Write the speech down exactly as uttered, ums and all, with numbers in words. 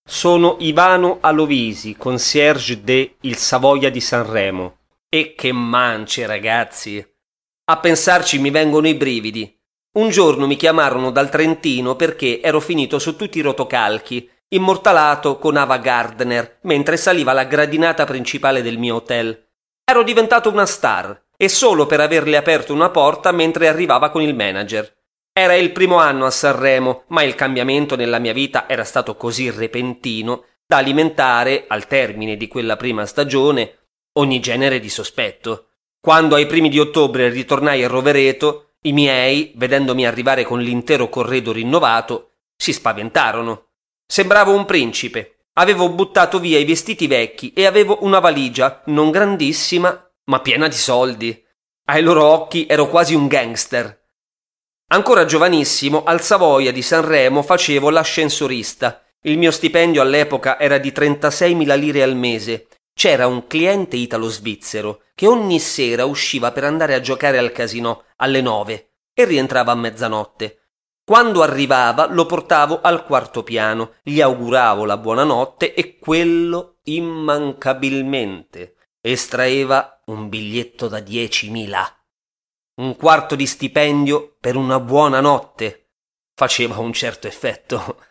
Sono Ivano Alovisi, concierge de Il Savoia di Sanremo. E che mance, ragazzi! A pensarci mi vengono i brividi. Un giorno mi chiamarono dal Trentino perché ero finito su tutti i rotocalchi, immortalato con Ava Gardner, mentre saliva la gradinata principale del mio hotel. Ero diventato una star, e solo per averle aperto una porta mentre arrivava con il manager. Era il primo anno a Sanremo, ma il cambiamento nella mia vita era stato così repentino da alimentare, al termine di quella prima stagione, ogni genere di sospetto. Quando ai primi di ottobre ritornai a Rovereto, i miei, vedendomi arrivare con l'intero corredo rinnovato, si spaventarono. Sembravo un principe. Avevo buttato via i vestiti vecchi e avevo una valigia, non grandissima, ma piena di soldi. Ai loro occhi ero quasi un gangster. Ancora giovanissimo, al Savoia di Sanremo facevo l'ascensorista. Il mio stipendio all'epoca era di trentaseimila lire al mese. C'era un cliente italo-svizzero che ogni sera usciva per andare a giocare al casinò alle nove e rientrava a mezzanotte. Quando arrivava lo portavo al quarto piano, gli auguravo la buonanotte e quello immancabilmente estraeva un biglietto da diecimila. Un quarto di stipendio per una buona notte faceva un certo effetto.